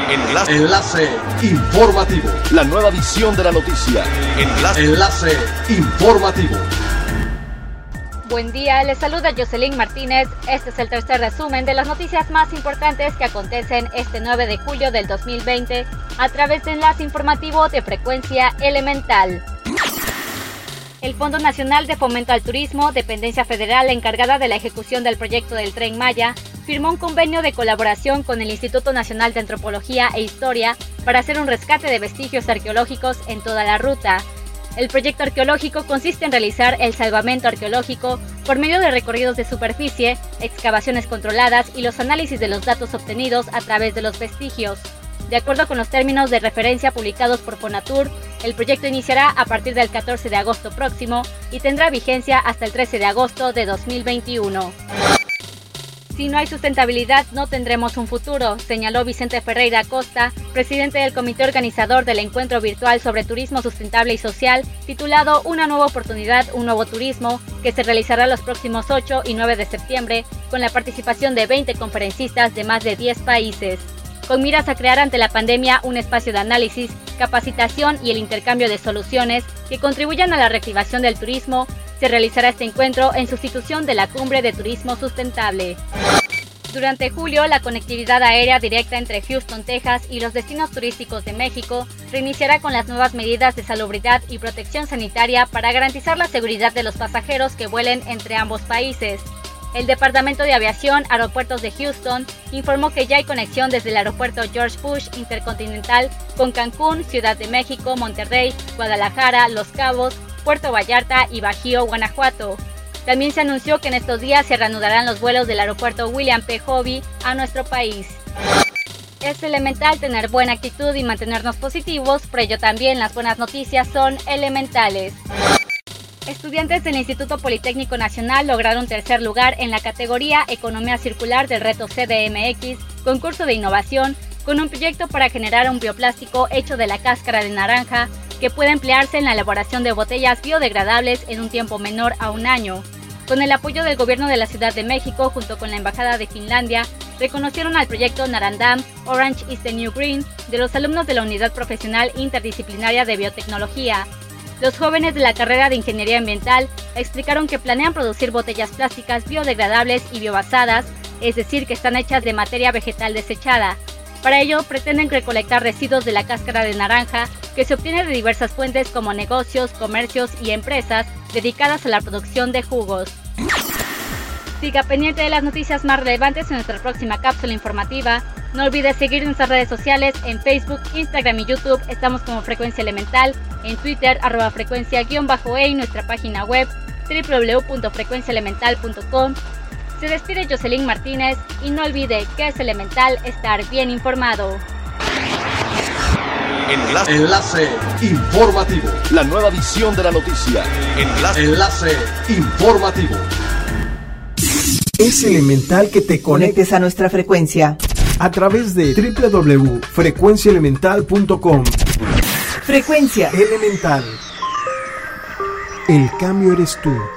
Enlace informativo. La nueva edición de la noticia. Enlace informativo. Buen día, les saluda Jocelyn Martínez. Este es el tercer resumen de las noticias más importantes que acontecen este 9 de julio del 2020 a través de Enlace Informativo de Frecuencia Elemental. El Fondo Nacional de Fomento al Turismo, dependencia federal encargada de la ejecución del proyecto del Tren Maya, firmó un convenio de colaboración con el Instituto Nacional de Antropología e Historia para hacer un rescate de vestigios arqueológicos en toda la ruta. El proyecto arqueológico consiste en realizar el salvamento arqueológico por medio de recorridos de superficie, excavaciones controladas y los análisis de los datos obtenidos a través de los vestigios. De acuerdo con los términos de referencia publicados por Fonatur, el proyecto iniciará a partir del 14 de agosto próximo y tendrá vigencia hasta el 13 de agosto de 2021. Si no hay sustentabilidad, no tendremos un futuro, señaló Vicente Ferreira Acosta, presidente del comité organizador del encuentro virtual sobre turismo sustentable y social, titulado Una nueva oportunidad, un nuevo turismo, que se realizará los próximos 8 y 9 de septiembre, con la participación de 20 conferencistas de más de 10 países. Con miras a crear ante la pandemia un espacio de análisis, capacitación y el intercambio de soluciones que contribuyan a la reactivación del turismo, se realizará este encuentro en sustitución de la Cumbre de Turismo Sustentable. Durante julio, la conectividad aérea directa entre Houston, Texas y los destinos turísticos de México reiniciará con las nuevas medidas de salubridad y protección sanitaria para garantizar la seguridad de los pasajeros que vuelen entre ambos países. El Departamento de Aviación Aeropuertos de Houston informó que ya hay conexión desde el aeropuerto George Bush Intercontinental con Cancún, Ciudad de México, Monterrey, Guadalajara, Los Cabos, Puerto Vallarta y Bajío, Guanajuato. También se anunció que en estos días se reanudarán los vuelos del aeropuerto William P. Hobby a nuestro país. Es elemental tener buena actitud y mantenernos positivos, por ello también las buenas noticias son elementales. Estudiantes del Instituto Politécnico Nacional lograron tercer lugar en la categoría Economía Circular del reto CDMX, concurso de innovación, con un proyecto para generar un bioplástico hecho de la cáscara de naranja que puede emplearse en la elaboración de botellas biodegradables en un tiempo menor a un año. Con el apoyo del gobierno de la Ciudad de México junto con la Embajada de Finlandia, reconocieron al proyecto Narandam Orange is the New Green de los alumnos de la Unidad Profesional Interdisciplinaria de Biotecnología. Los jóvenes de la carrera de Ingeniería Ambiental explicaron que planean producir botellas plásticas biodegradables y biobasadas, es decir, que están hechas de materia vegetal desechada. Para ello, pretenden recolectar residuos de la cáscara de naranja que se obtiene de diversas fuentes como negocios, comercios y empresas dedicadas a la producción de jugos. Siga pendiente de las noticias más relevantes en nuestra próxima cápsula informativa. No olvides seguir nuestras redes sociales en Facebook, Instagram y YouTube. Estamos como Frecuencia Elemental, en Twitter @frecuencia_e y nuestra página web www.frecuenciaelemental.com. Se despide Jocelyn Martínez y no olvide que es elemental estar bien informado. Enlace informativo. La nueva edición de la noticia. Enlace informativo. Es elemental que te conectes a nuestra frecuencia a través de www.frecuenciaelemental.com. Frecuencia Elemental. El cambio eres tú.